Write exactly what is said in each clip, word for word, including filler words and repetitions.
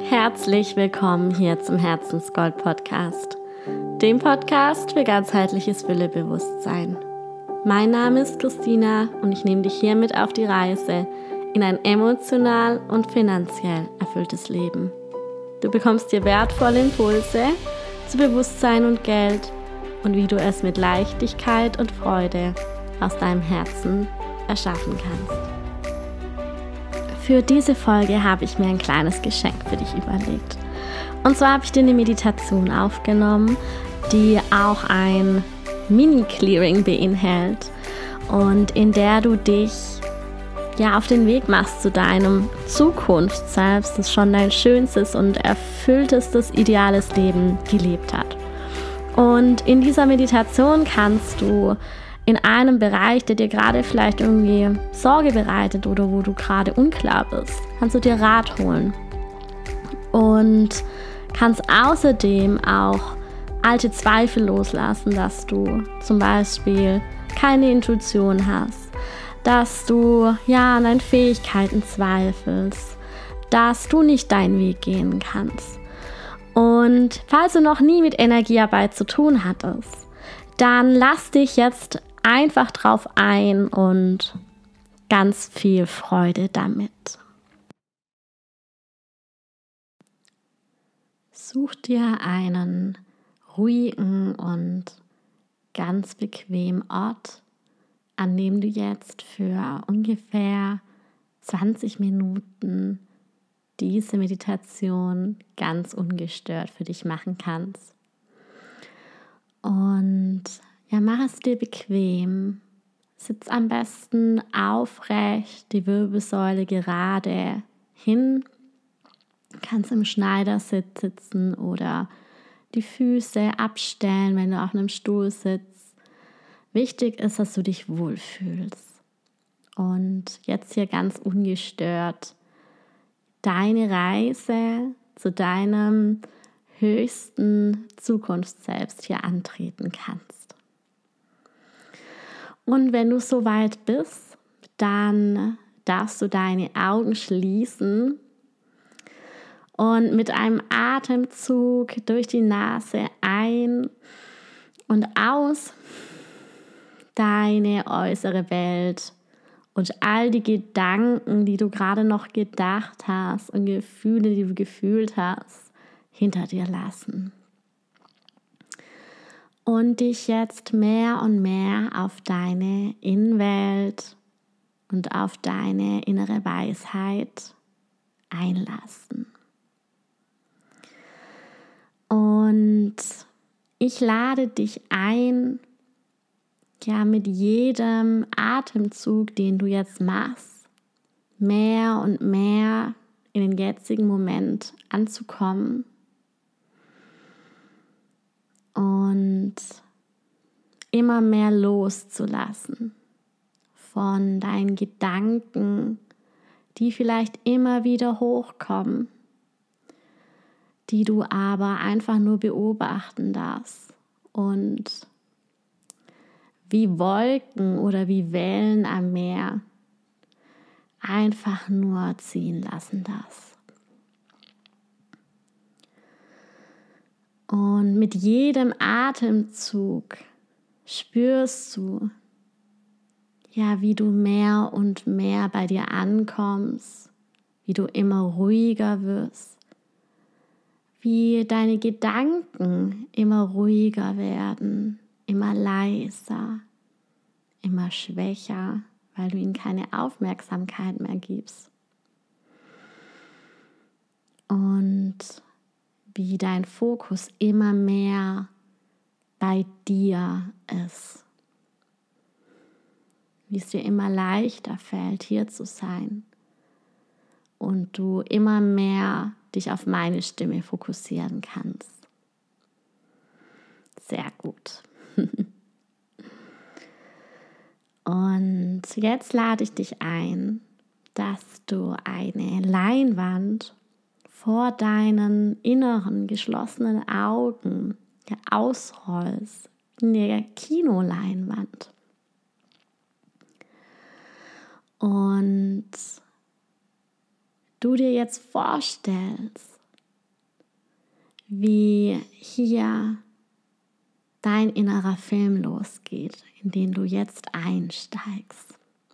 Herzlich willkommen hier zum Herzensgold-Podcast, dem Podcast für ganzheitliches Füllebewusstsein. Mein Name ist Christina und ich nehme dich hiermit auf die Reise in ein emotional und finanziell erfülltes Leben. Du bekommst hier wertvolle Impulse zu Bewusstsein und Geld und wie du es mit Leichtigkeit und Freude aus deinem Herzen erschaffen kannst. Für diese Folge habe ich mir ein kleines Geschenk für dich überlegt. Und zwar habe ich dir eine Meditation aufgenommen, die auch ein Mini-Clearing beinhaltet und in der du dich ja auf den Weg machst zu deinem Zukunftsselbst, das schon dein schönstes und erfülltestes, ideales Leben gelebt hat. Und in dieser Meditation kannst du in einem Bereich, der dir gerade vielleicht irgendwie Sorge bereitet oder wo du gerade unklar bist, kannst du dir Rat holen und kannst außerdem auch alte Zweifel loslassen, dass du zum Beispiel keine Intuition hast, dass du ja an deinen Fähigkeiten zweifelst, dass du nicht deinen Weg gehen kannst. Und falls du noch nie mit Energiearbeit zu tun hattest, dann lass dich jetzt einfach drauf ein und ganz viel Freude damit. Such dir einen ruhigen und ganz bequemen Ort, an dem du jetzt für ungefähr zwanzig Minuten diese Meditation ganz ungestört für dich machen kannst. Und ja, mach es dir bequem. Sitz am besten aufrecht, die Wirbelsäule gerade hin. Du kannst im Schneidersitz sitzen oder die Füße abstellen, wenn du auf einem Stuhl sitzt. Wichtig ist, dass du dich wohlfühlst. Und jetzt hier ganz ungestört deine Reise zu deinem höchsten Zukunftsselbst hier antreten kannst. Und wenn du soweit bist, dann darfst du deine Augen schließen und mit einem Atemzug durch die Nase ein und aus deine äußere Welt und all die Gedanken, die du gerade noch gedacht hast und Gefühle, die du gefühlt hast, hinter dir lassen. Und dich jetzt mehr und mehr auf deine Innenwelt und auf deine innere Weisheit einlassen. Und ich lade dich ein, ja, mit jedem Atemzug, den du jetzt machst, mehr und mehr in den jetzigen Moment anzukommen. Und immer mehr loszulassen von deinen Gedanken, die vielleicht immer wieder hochkommen, die du aber einfach nur beobachten darfst und wie Wolken oder wie Wellen am Meer einfach nur ziehen lassen darfst. Und mit jedem Atemzug spürst du, ja, wie du mehr und mehr bei dir ankommst, wie du immer ruhiger wirst, wie deine Gedanken immer ruhiger werden, immer leiser, immer schwächer, weil du ihnen keine Aufmerksamkeit mehr gibst. Und wie dein Fokus immer mehr bei dir ist. Wie es dir immer leichter fällt, hier zu sein. Und du immer mehr dich auf meine Stimme fokussieren kannst. Sehr gut. Und jetzt lade ich dich ein, dass du eine Leinwand vor deinen inneren geschlossenen Augen ausrollst, in der Kinoleinwand. Und du dir jetzt vorstellst, wie hier dein innerer Film losgeht, in den du jetzt einsteigst.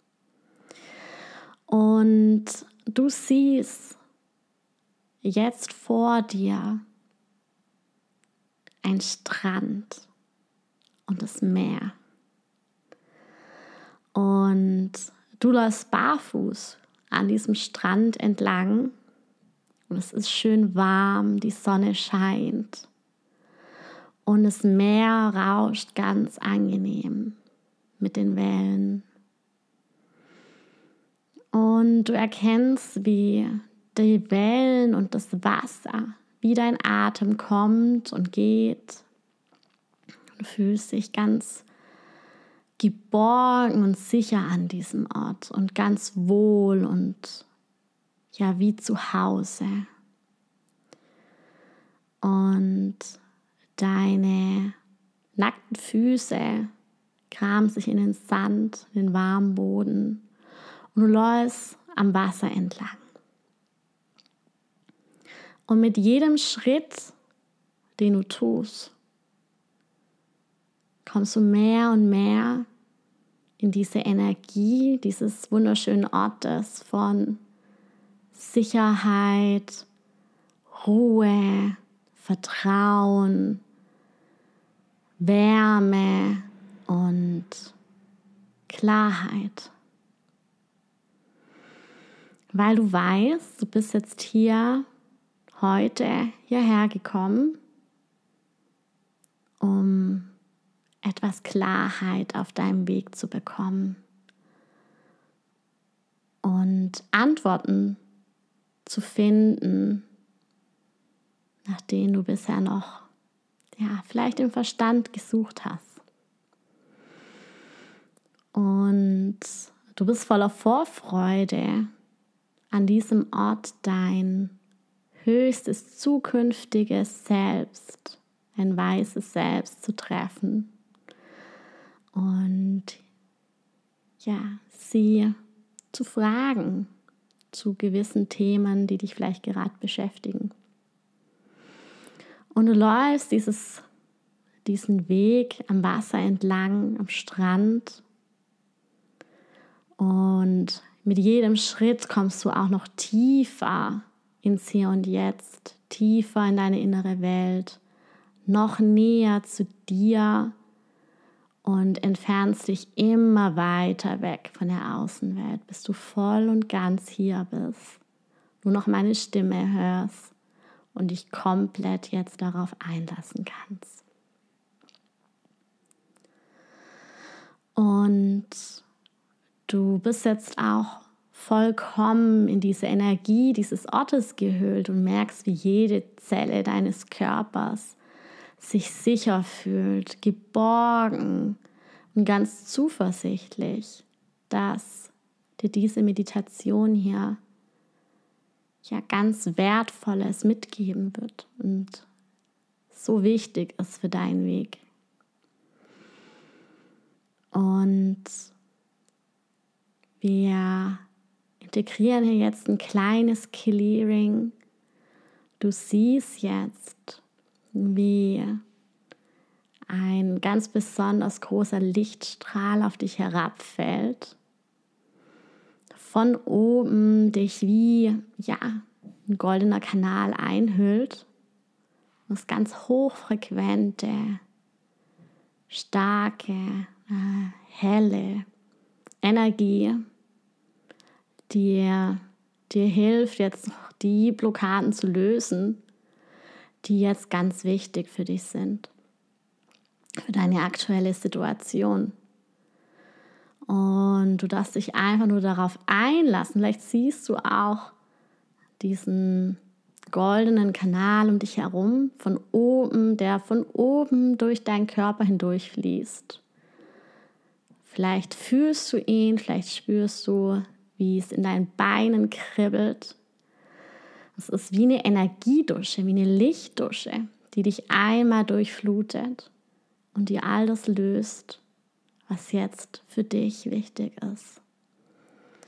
Und du siehst jetzt vor dir ein Strand und das Meer. Und du läufst barfuß an diesem Strand entlang und es ist schön warm, die Sonne scheint und das Meer rauscht ganz angenehm mit den Wellen. Und du erkennst, wie die Wellen und das Wasser, wie dein Atem kommt und geht. Du fühlst dich ganz geborgen und sicher an diesem Ort und ganz wohl und ja, wie zu Hause. Und deine nackten Füße graben sich in den Sand, in den warmen Boden und du läufst am Wasser entlang. Und mit jedem Schritt, den du tust, kommst du mehr und mehr in diese Energie dieses wunderschönen Ortes von Sicherheit, Ruhe, Vertrauen, Wärme und Klarheit. Weil du weißt, du bist jetzt hier heute hierher gekommen, um etwas Klarheit auf deinem Weg zu bekommen und Antworten zu finden, nach denen du bisher noch, ja, vielleicht im Verstand gesucht hast. Und du bist voller Vorfreude, an diesem Ort dein höchstes zukünftiges Selbst, ein weißes Selbst zu treffen und ja, sie zu fragen zu gewissen Themen, die dich vielleicht gerade beschäftigen. Und du läufst dieses, diesen Weg am Wasser entlang, am Strand und mit jedem Schritt kommst du auch noch tiefer ins Hier und Jetzt, tiefer in deine innere Welt, noch näher zu dir und entfernst dich immer weiter weg von der Außenwelt, bis du voll und ganz hier bist, nur noch meine Stimme hörst und dich komplett jetzt darauf einlassen kannst. Und du bist jetzt auch vollkommen in diese Energie dieses Ortes gehüllt und merkst, wie jede Zelle deines Körpers sich sicher fühlt, geborgen und ganz zuversichtlich, dass dir diese Meditation hier ja ganz Wertvolles mitgeben wird und so wichtig ist für deinen Weg. Und wir integrieren hier jetzt ein kleines Clearing. Du siehst jetzt, wie ein ganz besonders großer Lichtstrahl auf dich herabfällt, von oben dich wie ja, ein goldener Kanal einhüllt, das ganz hochfrequente, starke, äh, helle Energie, die dir hilft, jetzt die Blockaden zu lösen, die jetzt ganz wichtig für dich sind, für deine aktuelle Situation. Und du darfst dich einfach nur darauf einlassen. Vielleicht siehst du auch diesen goldenen Kanal um dich herum, von oben, der von oben durch deinen Körper hindurch fließt. Vielleicht fühlst du ihn, vielleicht spürst du, wie es in deinen Beinen kribbelt. Es ist wie eine Energiedusche, wie eine Lichtdusche, die dich einmal durchflutet und dir all das löst, was jetzt für dich wichtig ist.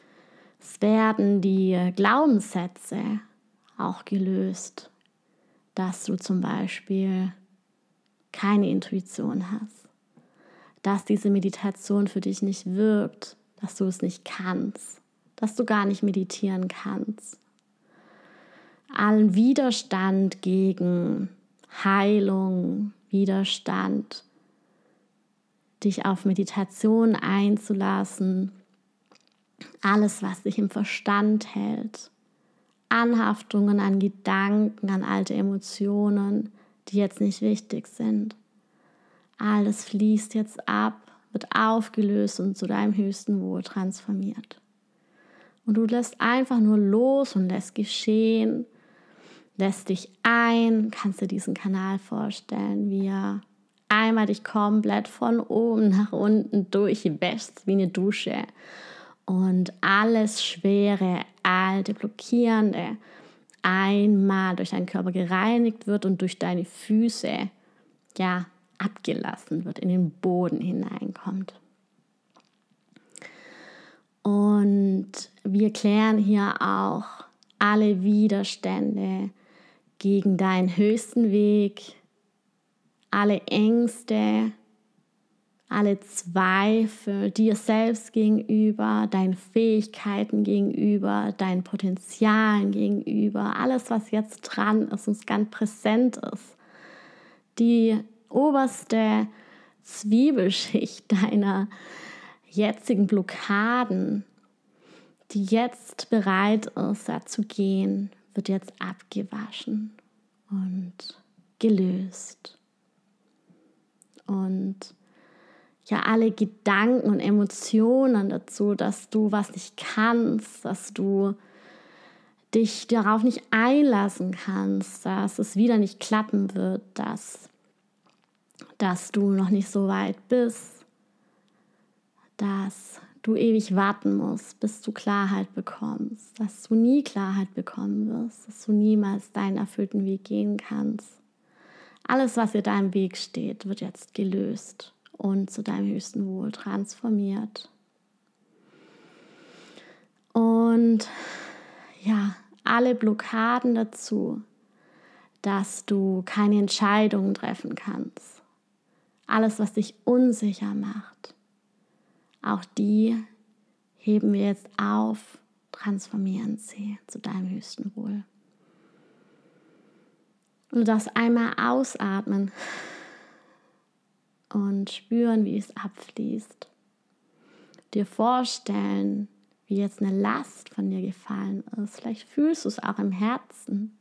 Es werden die Glaubenssätze auch gelöst, dass du zum Beispiel keine Intuition hast, dass diese Meditation für dich nicht wirkt, dass du es nicht kannst, dass du gar nicht meditieren kannst. Allen Widerstand gegen Heilung, Widerstand, dich auf Meditation einzulassen, alles, was dich im Verstand hält, Anhaftungen an Gedanken, an alte Emotionen, die jetzt nicht wichtig sind. Alles fließt jetzt ab, wird aufgelöst und zu deinem höchsten Wohl transformiert. Und du lässt einfach nur los und lässt geschehen, lässt dich ein, kannst dir diesen Kanal vorstellen, wie er einmal dich komplett von oben nach unten durchwäscht, wie eine Dusche. Und alles Schwere, alte, blockierende einmal durch deinen Körper gereinigt wird und durch deine Füße ja, abgelassen wird, in den Boden hineinkommt. Und wir klären hier auch alle Widerstände gegen deinen höchsten Weg, alle Ängste, alle Zweifel dir selbst gegenüber, deinen Fähigkeiten gegenüber, deinen Potenzialen gegenüber, alles, was jetzt dran ist und ganz präsent ist. Die oberste Zwiebelschicht deiner jetzigen Blockaden, die jetzt bereit ist, da zu gehen, wird jetzt abgewaschen und gelöst. Und ja, alle Gedanken und Emotionen dazu, dass du was nicht kannst, dass du dich darauf nicht einlassen kannst, dass es wieder nicht klappen wird, dass, dass du noch nicht so weit bist, dass du ewig warten musst, bis du Klarheit bekommst, dass du nie Klarheit bekommen wirst, dass du niemals deinen erfüllten Weg gehen kannst. Alles, was in deinem Weg steht, wird jetzt gelöst und zu deinem höchsten Wohl transformiert. Und ja, alle Blockaden dazu, dass du keine Entscheidungen treffen kannst. Alles, was dich unsicher macht, auch die heben wir jetzt auf, transformieren sie zu deinem höchsten Wohl. Und du darfst einmal ausatmen und spüren, wie es abfließt. Dir vorstellen, wie jetzt eine Last von dir gefallen ist. Vielleicht fühlst du es auch im Herzen.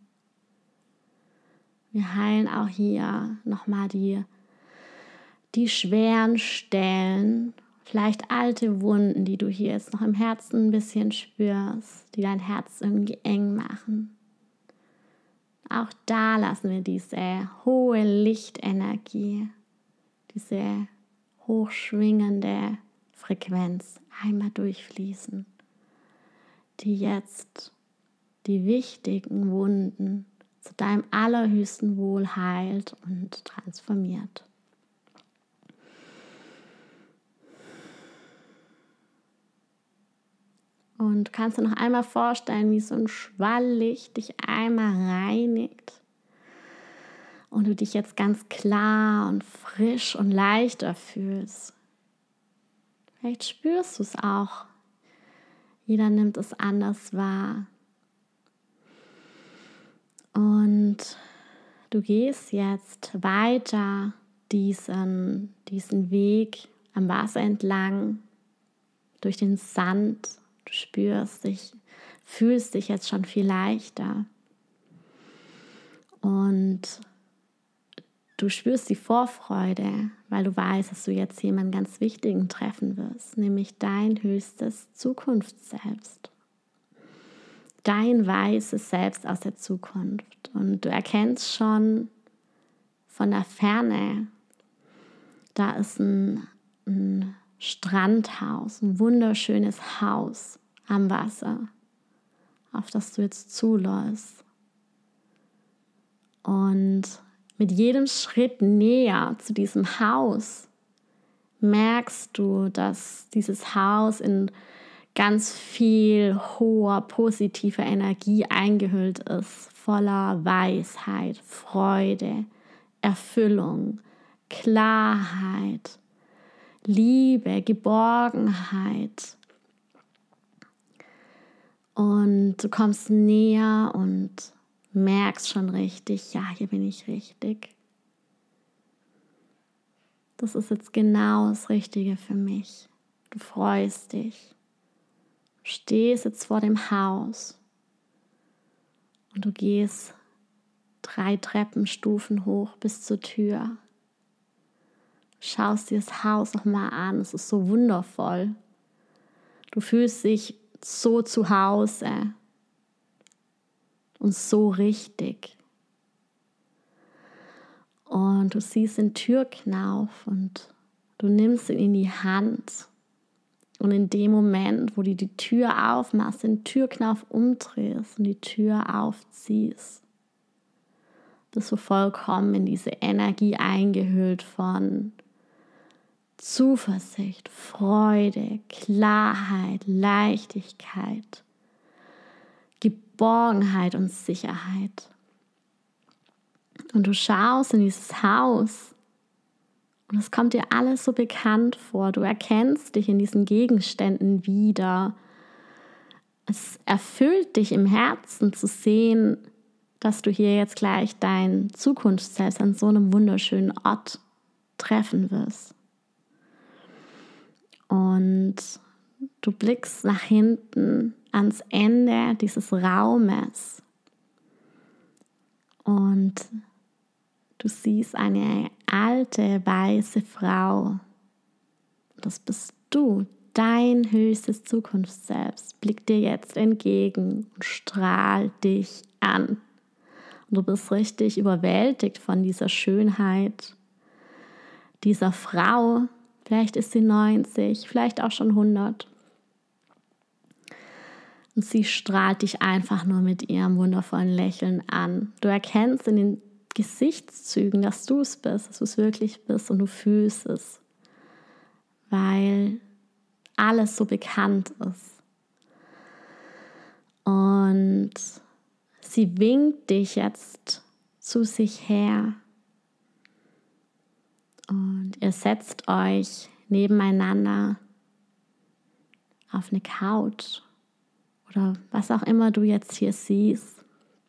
Wir heilen auch hier nochmal die, die schweren Stellen, vielleicht alte Wunden, die du hier jetzt noch im Herzen ein bisschen spürst, die dein Herz irgendwie eng machen. Auch da lassen wir diese hohe Lichtenergie, diese hochschwingende Frequenz einmal durchfließen, die jetzt die wichtigen Wunden zu deinem allerhöchsten Wohl heilt und transformiert. Und kannst du noch einmal vorstellen, wie so ein Schwall Licht dich einmal reinigt und du dich jetzt ganz klar und frisch und leichter fühlst. Vielleicht spürst du es auch. Jeder nimmt es anders wahr. Und du gehst jetzt weiter diesen, diesen Weg am Wasser entlang, durch den Sand. Du spürst dich, fühlst dich jetzt schon viel leichter. Und du spürst die Vorfreude, weil du weißt, dass du jetzt jemanden ganz Wichtigen treffen wirst, nämlich dein höchstes Zukunftsselbst. Dein weißes Selbst aus der Zukunft. Und du erkennst schon von der Ferne, da ist ein, ein Strandhaus, ein wunderschönes Haus am Wasser, auf das du jetzt zuläufst. Und mit jedem Schritt näher zu diesem Haus merkst du, dass dieses Haus in ganz viel hoher, positiver Energie eingehüllt ist, voller Weisheit, Freude, Erfüllung, Klarheit, Liebe, Geborgenheit. Und du kommst näher und merkst schon richtig, ja, hier bin ich richtig. Das ist jetzt genau das Richtige für mich. Du freust dich. Du stehst jetzt vor dem Haus und du gehst drei Treppenstufen hoch bis zur Tür. Schaust dir das Haus nochmal an, es ist so wundervoll. Du fühlst dich so zu Hause und so richtig. Und du siehst den Türknauf und du nimmst ihn in die Hand. Und in dem Moment, wo du die Tür aufmachst, den Türknauf umdrehst und die Tür aufziehst, bist du vollkommen in diese Energie eingehüllt von Zuversicht, Freude, Klarheit, Leichtigkeit, Geborgenheit und Sicherheit. Und du schaust in dieses Haus und es kommt dir alles so bekannt vor. Du erkennst dich in diesen Gegenständen wieder. Es erfüllt dich im Herzen zu sehen, dass du hier jetzt gleich dein Zukunftsselbst an so einem wunderschönen Ort treffen wirst. Und du blickst nach hinten ans Ende dieses Raumes und du siehst eine alte, weiße Frau. Das bist du, dein höchstes Zukunftsselbst, blickt dir jetzt entgegen und strahlt dich an. Und du bist richtig überwältigt von dieser Schönheit dieser Frau. Vielleicht ist sie neunzig, vielleicht auch schon hundert. Und sie strahlt dich einfach nur mit ihrem wundervollen Lächeln an. Du erkennst in den Gesichtszügen, dass du es bist, dass du es wirklich bist und du fühlst es, weil alles so bekannt ist. Und sie winkt dich jetzt zu sich her. Und ihr setzt euch nebeneinander auf eine Couch oder was auch immer du jetzt hier siehst.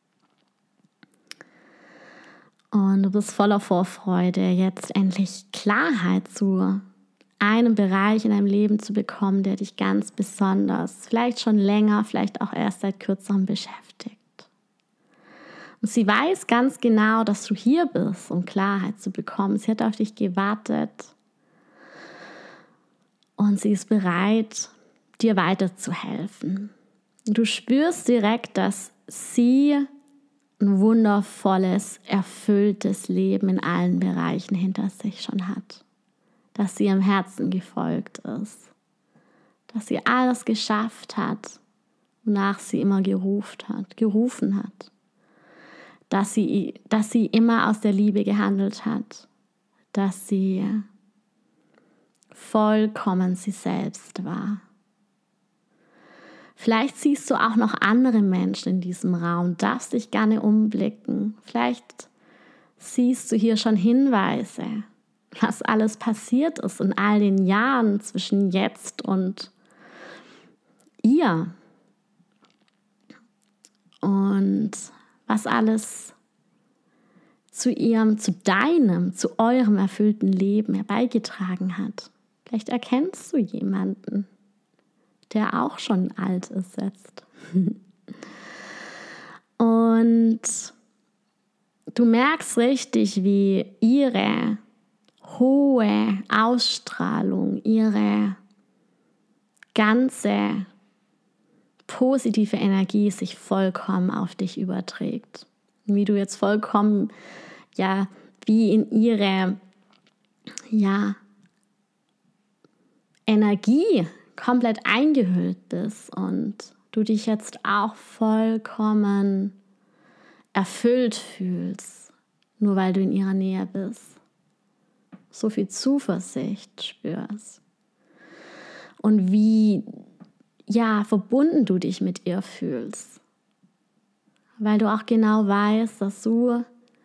Und du bist voller Vorfreude, jetzt endlich Klarheit zu einem Bereich in deinem Leben zu bekommen, der dich ganz besonders, vielleicht schon länger, vielleicht auch erst seit kürzerem beschäftigt. Und sie weiß ganz genau, dass du hier bist, um Klarheit zu bekommen. Sie hat auf dich gewartet und sie ist bereit, dir weiterzuhelfen. Und du spürst direkt, dass sie ein wundervolles, erfülltes Leben in allen Bereichen hinter sich schon hat. Dass sie ihrem Herzen gefolgt ist. Dass sie alles geschafft hat, wonach sie immer gerufen hat, gerufen hat. Dass sie, dass sie immer aus der Liebe gehandelt hat, dass sie vollkommen sie selbst war. Vielleicht siehst du auch noch andere Menschen in diesem Raum, darfst dich gerne umblicken. Vielleicht siehst du hier schon Hinweise, was alles passiert ist in all den Jahren zwischen jetzt und ihr. Und was alles zu ihrem, zu deinem, zu eurem erfüllten Leben herbeigetragen hat. Vielleicht erkennst du jemanden, der auch schon alt ist jetzt. Und du merkst richtig, wie ihre hohe Ausstrahlung, ihre ganze positive Energie sich vollkommen auf dich überträgt. Wie du jetzt vollkommen, ja, wie in ihre, ja, Energie komplett eingehüllt bist und du dich jetzt auch vollkommen erfüllt fühlst, nur weil du in ihrer Nähe bist. So viel Zuversicht spürst. Und wie ja, verbunden du dich mit ihr fühlst. Weil du auch genau weißt, dass du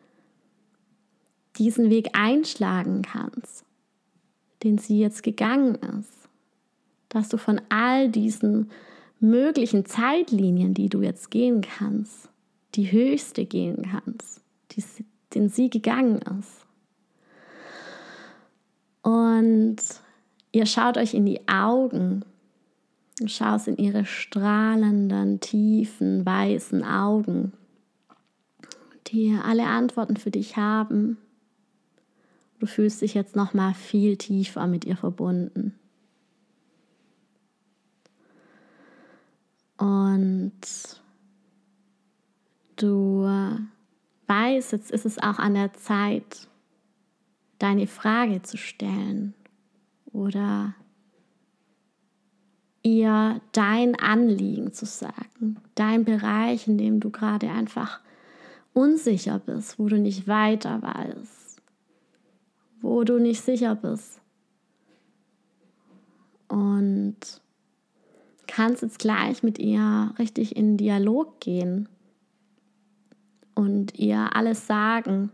diesen Weg einschlagen kannst, den sie jetzt gegangen ist. Dass du von all diesen möglichen Zeitlinien, die du jetzt gehen kannst, die höchste gehen kannst, die, den sie gegangen ist. Und ihr schaut euch in die Augen, du schaust in ihre strahlenden, tiefen, weißen Augen, die alle Antworten für dich haben. Du fühlst dich jetzt noch mal viel tiefer mit ihr verbunden. Und du weißt, jetzt ist es auch an der Zeit, deine Frage zu stellen oder ihr dein Anliegen zu sagen, dein Bereich, in dem du gerade einfach unsicher bist, wo du nicht weiter weißt, wo du nicht sicher bist. Und kannst jetzt gleich mit ihr richtig in Dialog gehen und ihr alles sagen.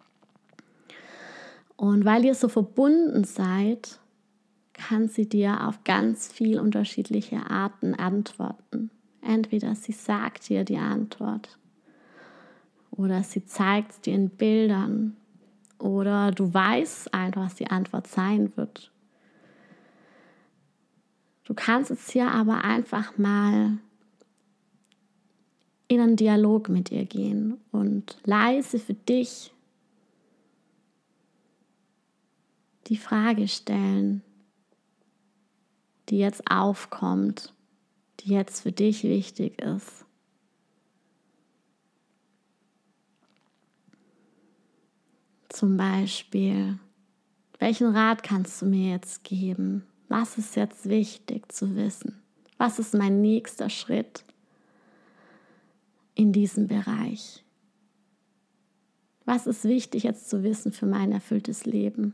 Und weil ihr so verbunden seid, kann sie dir auf ganz viele unterschiedliche Arten antworten. Entweder sie sagt dir die Antwort oder sie zeigt es dir in Bildern oder du weißt einfach, was die Antwort sein wird. Du kannst jetzt hier aber einfach mal in einen Dialog mit ihr gehen und leise für dich die Frage stellen, die jetzt aufkommt, die jetzt für dich wichtig ist. Zum Beispiel, welchen Rat kannst du mir jetzt geben? Was ist jetzt wichtig zu wissen? Was ist mein nächster Schritt in diesem Bereich? Was ist wichtig jetzt zu wissen für mein erfülltes Leben?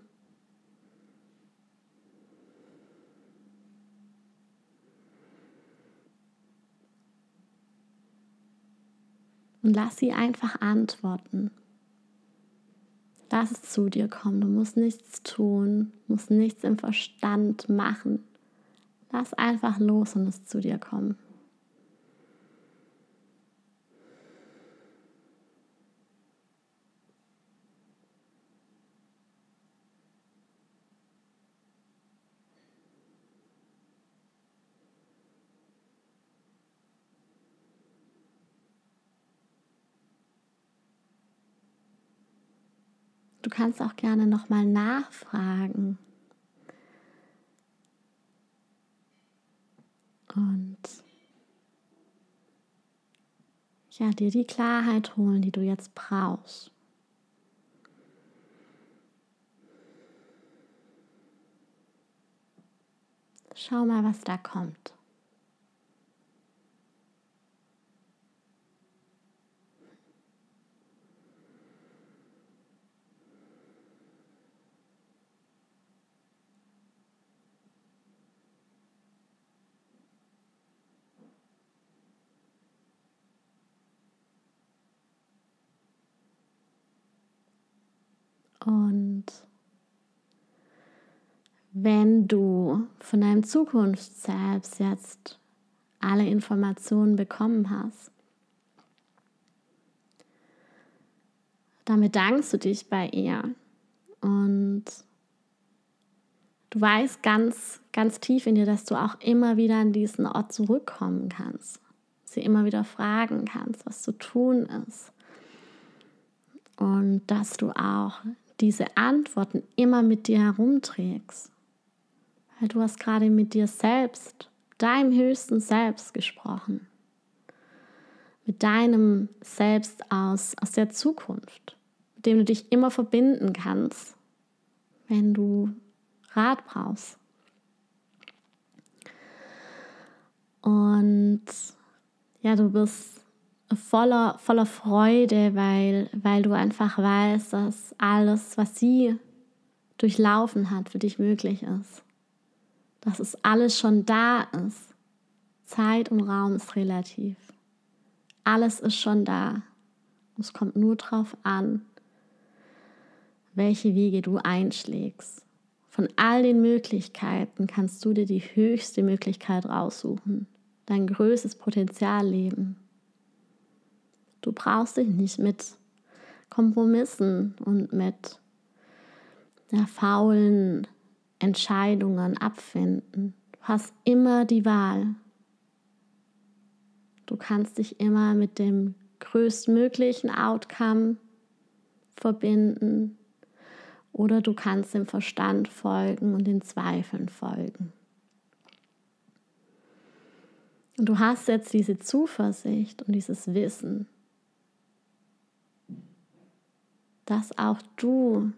Und lass sie einfach antworten. Lass es zu dir kommen. Du musst nichts tun, musst nichts im Verstand machen. Lass einfach los und es zu dir kommen. Du kannst auch gerne nochmal nachfragen und ja, dir die Klarheit holen, die du jetzt brauchst. Schau mal, was da kommt. Und wenn du von deinem Zukunftsselbst jetzt alle Informationen bekommen hast, dann bedankst du dich bei ihr und du weißt ganz, ganz tief in dir, dass du auch immer wieder an diesen Ort zurückkommen kannst, sie immer wieder fragen kannst, was zu tun ist und dass du auch diese Antworten immer mit dir herumträgst, weil du hast gerade mit dir selbst, deinem höchsten Selbst gesprochen, mit deinem Selbst aus, aus der Zukunft, mit dem du dich immer verbinden kannst, wenn du Rat brauchst. Und ja, du bist voller, voller Freude, weil, weil du einfach weißt, dass alles, was sie durchlaufen hat, für dich möglich ist. Dass es alles schon da ist. Zeit und Raum ist relativ. Alles ist schon da. Es kommt nur darauf an, welche Wege du einschlägst. Von all den Möglichkeiten kannst du dir die höchste Möglichkeit raussuchen, dein größtes Potenzial leben. Du brauchst dich nicht mit Kompromissen und mit ja, faulen Entscheidungen abfinden. Du hast immer die Wahl. Du kannst dich immer mit dem größtmöglichen Outcome verbinden oder du kannst dem Verstand folgen und den Zweifeln folgen. Und du hast jetzt diese Zuversicht und dieses Wissen, dass auch du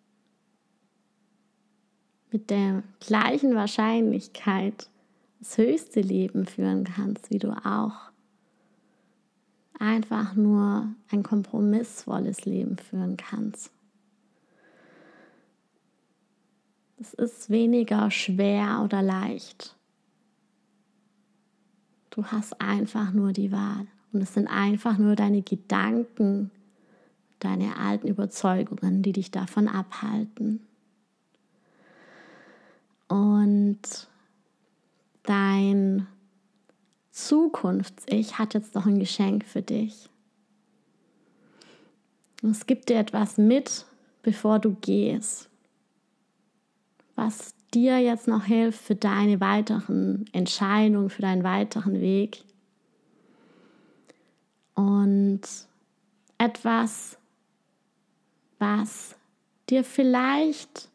mit der gleichen Wahrscheinlichkeit das höchste Leben führen kannst, wie du auch einfach nur ein kompromissvolles Leben führen kannst. Es ist weniger schwer oder leicht. Du hast einfach nur die Wahl. Und es sind einfach nur deine Gedanken, deine alten Überzeugungen, die dich davon abhalten. Und dein Zukunfts-Ich hat jetzt noch ein Geschenk für dich. Es gibt dir etwas mit, bevor du gehst, was dir jetzt noch hilft für deine weiteren Entscheidungen, für deinen weiteren Weg. Und etwas, was dir vielleicht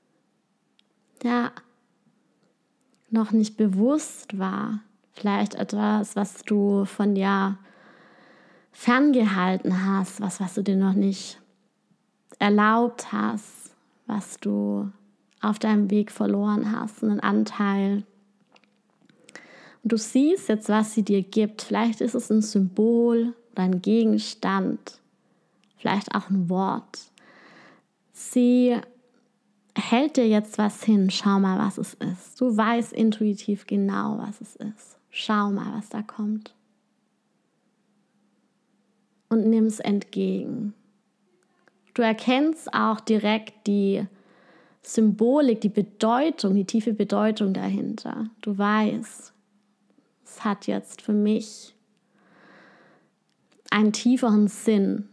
ja noch nicht bewusst war, vielleicht etwas, was du von dir ferngehalten hast, was, was du dir noch nicht erlaubt hast, was du auf deinem Weg verloren hast, einen Anteil. Und du siehst jetzt, was sie dir gibt. Vielleicht ist es ein Symbol oder ein Gegenstand, vielleicht auch ein Wort. Sie hält dir jetzt was hin. Schau mal, was es ist. Du weißt intuitiv genau, was es ist. Schau mal, was da kommt. Und nimm es entgegen. Du erkennst auch direkt die Symbolik, die Bedeutung, die tiefe Bedeutung dahinter. Du weißt, es hat jetzt für mich einen tieferen Sinn.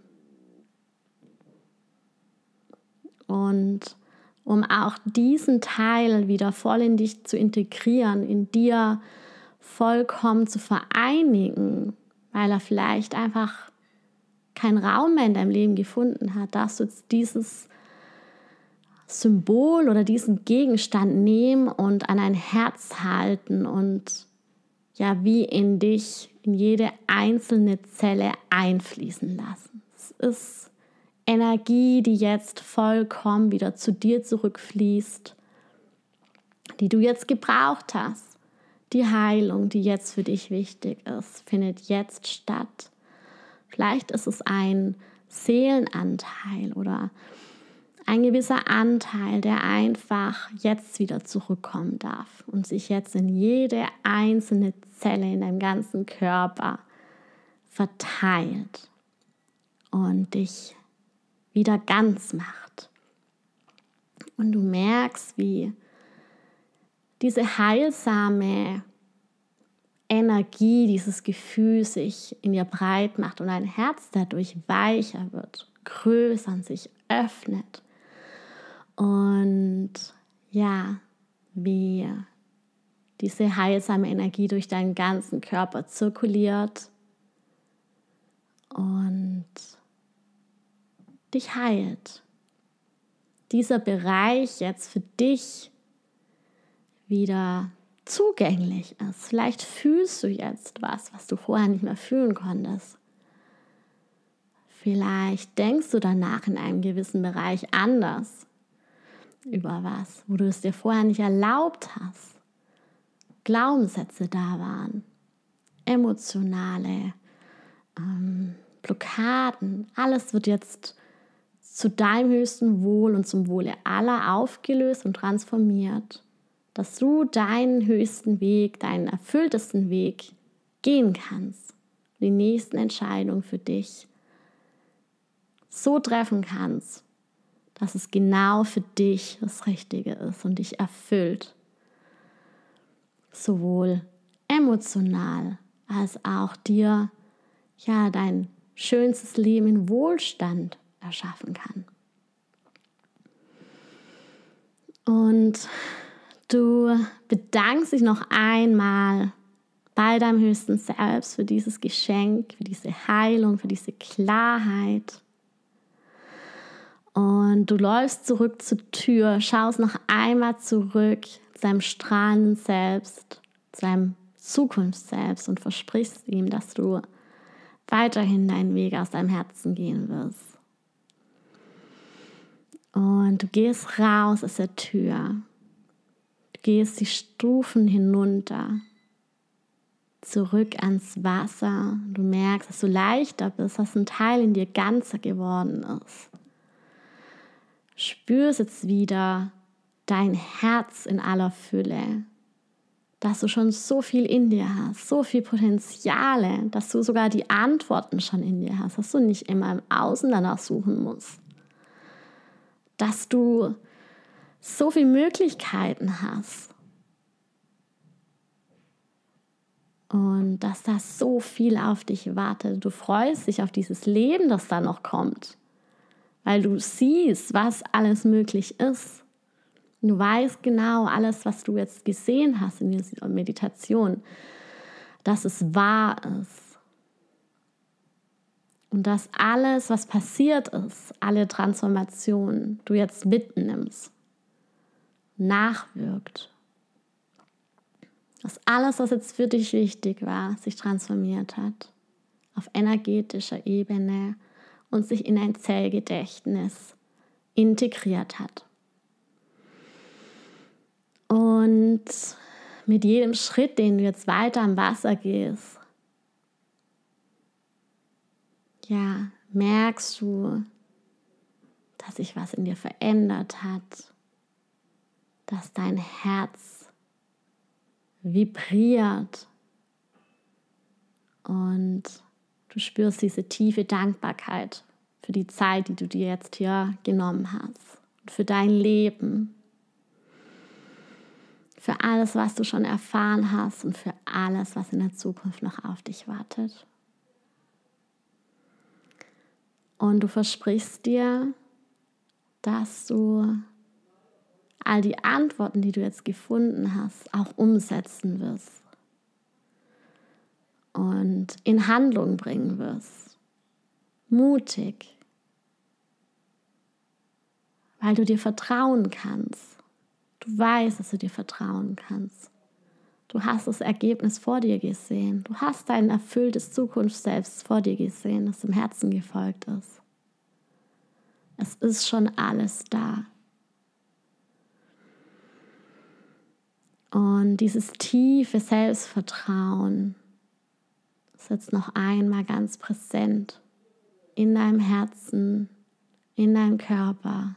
Und um auch diesen Teil wieder voll in dich zu integrieren, in dir vollkommen zu vereinigen, weil er vielleicht einfach keinen Raum mehr in deinem Leben gefunden hat, darfst du jetzt dieses Symbol oder diesen Gegenstand nehmen und an dein Herz halten und ja wie in dich, in jede einzelne Zelle einfließen lassen. Es ist Energie, die jetzt vollkommen wieder zu dir zurückfließt, die du jetzt gebraucht hast. Die Heilung, die jetzt für dich wichtig ist, findet jetzt statt. Vielleicht ist es ein Seelenanteil oder ein gewisser Anteil, der einfach jetzt wieder zurückkommen darf und sich jetzt in jede einzelne Zelle in deinem ganzen Körper verteilt und dich wieder ganz macht. Und du merkst, wie diese heilsame Energie, dieses Gefühl sich in dir breit macht und dein Herz dadurch weicher wird, größer und sich öffnet. Und ja, wie diese heilsame Energie durch deinen ganzen Körper zirkuliert und dich heilt. Dieser Bereich jetzt für dich wieder zugänglich ist. Vielleicht fühlst du jetzt was, was du vorher nicht mehr fühlen konntest. Vielleicht denkst du danach in einem gewissen Bereich anders über was, wo du es dir vorher nicht erlaubt hast. Glaubenssätze da waren, emotionale ähm, Blockaden, alles wird jetzt zu deinem höchsten Wohl und zum Wohle aller aufgelöst und transformiert. dass du deinen höchsten Weg, deinen erfülltesten Weg gehen kannst, die nächsten Entscheidungen für dich so treffen kannst, dass es genau für dich das Richtige ist und dich erfüllt. Sowohl emotional als auch dir ja dein schönstes Leben in Wohlstand erschaffen kann. Und du bedankst dich noch einmal bei deinem höchsten Selbst für dieses Geschenk, für diese Heilung, für diese Klarheit. Und du läufst zurück zur Tür, schaust noch einmal zurück zu deinem strahlenden Selbst, zu deinem Zukunftsselbst und versprichst ihm, dass du weiterhin deinen Weg aus deinem Herzen gehen wirst. Und du gehst raus aus der Tür. Du gehst die Stufen hinunter, zurück ans Wasser. Du merkst, dass du leichter bist, dass ein Teil in dir ganzer geworden ist. Spürst jetzt wieder dein Herz in aller Fülle, dass du schon so viel in dir hast, so viel Potenziale, dass du sogar die Antworten schon in dir hast, dass du nicht immer im Außen danach suchen musst. Dass du so viele Möglichkeiten hast und dass da so viel auf dich wartet. Du freust dich auf dieses Leben, das da noch kommt, weil du siehst, was alles möglich ist. Du weißt genau alles, was du jetzt gesehen hast in dieser Meditation, dass es wahr ist. Und dass alles, was passiert ist, alle Transformationen, du jetzt mitnimmst, nachwirkt. Dass alles, was jetzt für dich wichtig war, sich transformiert hat, auf energetischer Ebene und sich in ein Zellgedächtnis integriert hat. Und mit jedem Schritt, den du jetzt weiter am Wasser gehst, ja, merkst du, dass sich was in dir verändert hat, dass dein Herz vibriert und du spürst diese tiefe Dankbarkeit für die Zeit, die du dir jetzt hier genommen hast und für dein Leben, für alles, was du schon erfahren hast und für alles, was in der Zukunft noch auf dich wartet. Und du versprichst dir, dass du all die Antworten, die du jetzt gefunden hast, auch umsetzen wirst und in Handlung bringen wirst. Mutig, weil du dir vertrauen kannst. Du weißt, dass du dir vertrauen kannst. Du hast das Ergebnis vor dir gesehen. Du hast dein erfülltes Zukunftsselbst vor dir gesehen, das im Herzen gefolgt ist. Es ist schon alles da. Und dieses tiefe Selbstvertrauen ist jetzt noch einmal ganz präsent in deinem Herzen, in deinem Körper.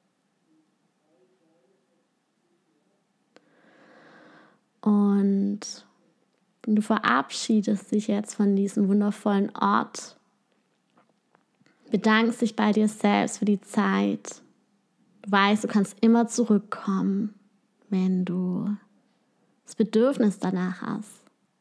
Und du verabschiedest dich jetzt von diesem wundervollen Ort, bedankst dich bei dir selbst für die Zeit. Du weißt, du kannst immer zurückkommen, wenn du das Bedürfnis danach hast.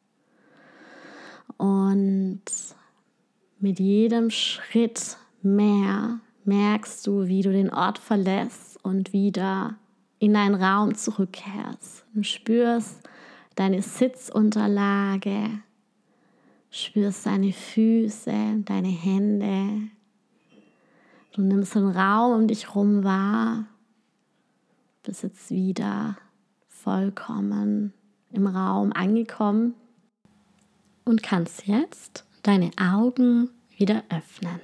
Und mit jedem Schritt mehr merkst du, wie du den Ort verlässt und wieder in deinen Raum zurückkehrst. Du spürst deine Sitzunterlage, spürst deine Füße, deine Hände. Du nimmst den Raum um dich herum wahr, bist jetzt wieder vollkommen im Raum angekommen und kannst jetzt deine Augen wieder öffnen.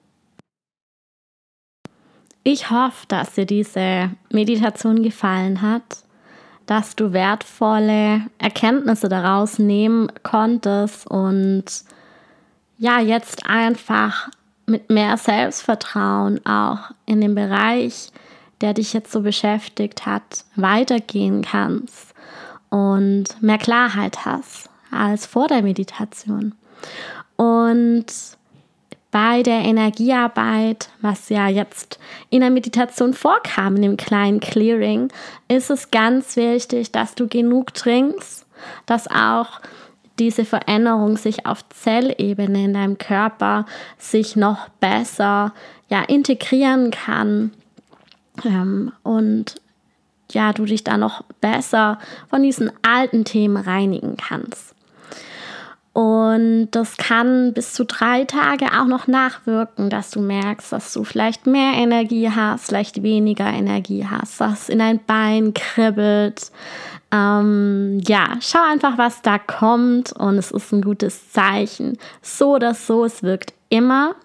Ich hoffe, dass dir diese Meditation gefallen hat, dass du wertvolle Erkenntnisse daraus nehmen konntest und ja, jetzt einfach mit mehr Selbstvertrauen auch in den Bereich der dich jetzt so beschäftigt hat, weitergehen kannst und mehr Klarheit hast als vor der Meditation. Und bei der Energiearbeit, was ja jetzt in der Meditation vorkam, in dem kleinen Clearing, ist es ganz wichtig, dass du genug trinkst, dass auch diese Veränderung sich auf Zellebene in deinem Körper sich noch besser ja, integrieren kann ähm, und ja, du dich da noch besser von diesen alten Themen reinigen kannst. Und das kann bis zu drei Tage auch noch nachwirken, dass du merkst, dass du vielleicht mehr Energie hast, vielleicht weniger Energie hast, dass in dein Bein kribbelt. Ähm, ja, schau einfach, was da kommt und es ist ein gutes Zeichen. So oder so, es wirkt immer.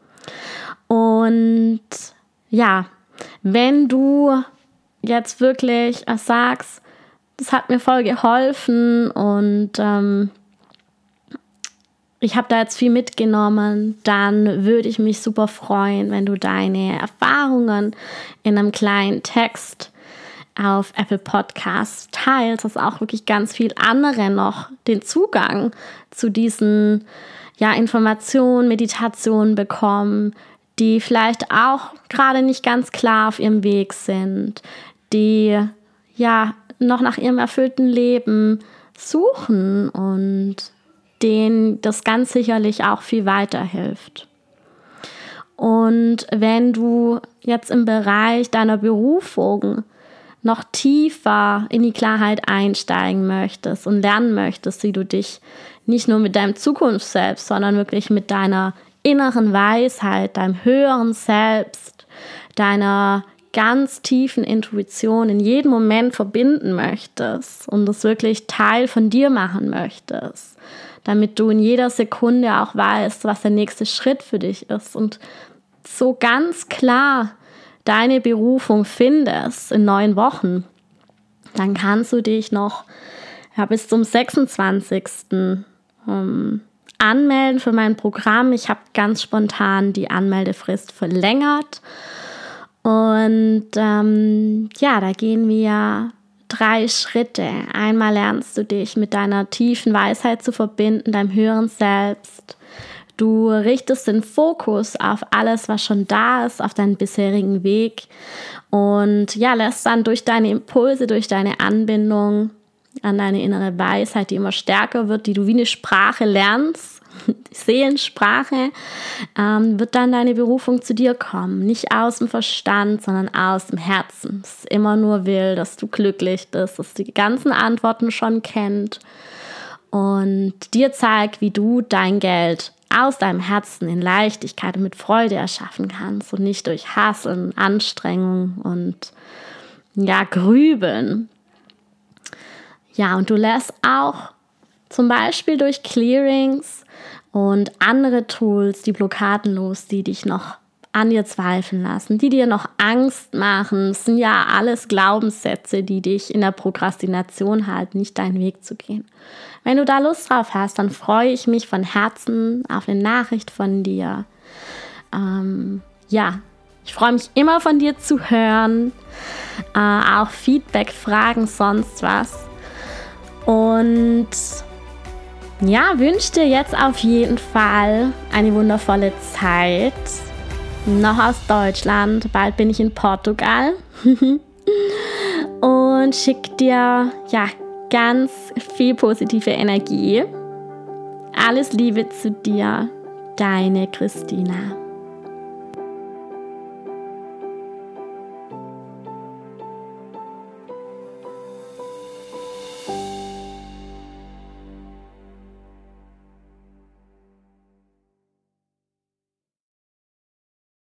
Und ja, wenn du jetzt wirklich sagst, das hat mir voll geholfen und ähm, ich habe da jetzt viel mitgenommen, dann würde ich mich super freuen, wenn du deine Erfahrungen in einem kleinen Text auf Apple Podcasts teilst, dass auch wirklich ganz viel andere noch den Zugang zu diesen ja, Informationen, Meditationen bekommen, die vielleicht auch gerade nicht ganz klar auf ihrem Weg sind, die ja noch nach ihrem erfüllten Leben suchen und denen das ganz sicherlich auch viel weiterhilft. Und wenn du jetzt im Bereich deiner Berufung noch tiefer in die Klarheit einsteigen möchtest und lernen möchtest, wie du dich nicht nur mit deinem Zukunftsselbst, sondern wirklich mit deiner inneren Weisheit, deinem höheren Selbst, deiner ganz tiefen Intuition in jedem Moment verbinden möchtest und das wirklich Teil von dir machen möchtest, damit du in jeder Sekunde auch weißt, was der nächste Schritt für dich ist und so ganz klar deine Berufung findest in neun Wochen, dann kannst du dich noch ja, bis zum sechsundzwanzigsten Ähm, anmelden für mein Programm. Ich habe ganz spontan die Anmeldefrist verlängert und ähm, ja, da gehen wir drei Schritte. Einmal lernst du dich mit deiner tiefen Weisheit zu verbinden, deinem höheren Selbst. Du richtest den Fokus auf alles, was schon da ist, auf deinen bisherigen Weg und ja, lässt dann durch deine Impulse, durch deine Anbindung an deine innere Weisheit, die immer stärker wird, die du wie eine Sprache lernst, die Seelensprache, ähm, wird dann deine Berufung zu dir kommen. Nicht aus dem Verstand, sondern aus dem Herzen. Das immer nur will, dass du glücklich bist, dass du die ganzen Antworten schon kennt und dir zeigt, wie du dein Geld aus deinem Herzen in Leichtigkeit und mit Freude erschaffen kannst und nicht durch Hass und Anstrengung und ja, Grübeln. Ja, und du lässt auch zum Beispiel durch Clearings und andere Tools die Blockaden los, die dich noch an dir zweifeln lassen, die dir noch Angst machen. Das sind ja alles Glaubenssätze, die dich in der Prokrastination halten, nicht deinen Weg zu gehen. Wenn du da Lust drauf hast, dann freue ich mich von Herzen auf eine Nachricht von dir. Ähm, ja, ich freue mich immer von dir zu hören, äh, auch Feedback, Fragen, sonst was. Und ja, wünsche dir jetzt auf jeden Fall eine wundervolle Zeit. Noch aus Deutschland, bald bin ich in Portugal. Und schick dir ja ganz viel positive Energie. Alles Liebe zu dir, deine Christina.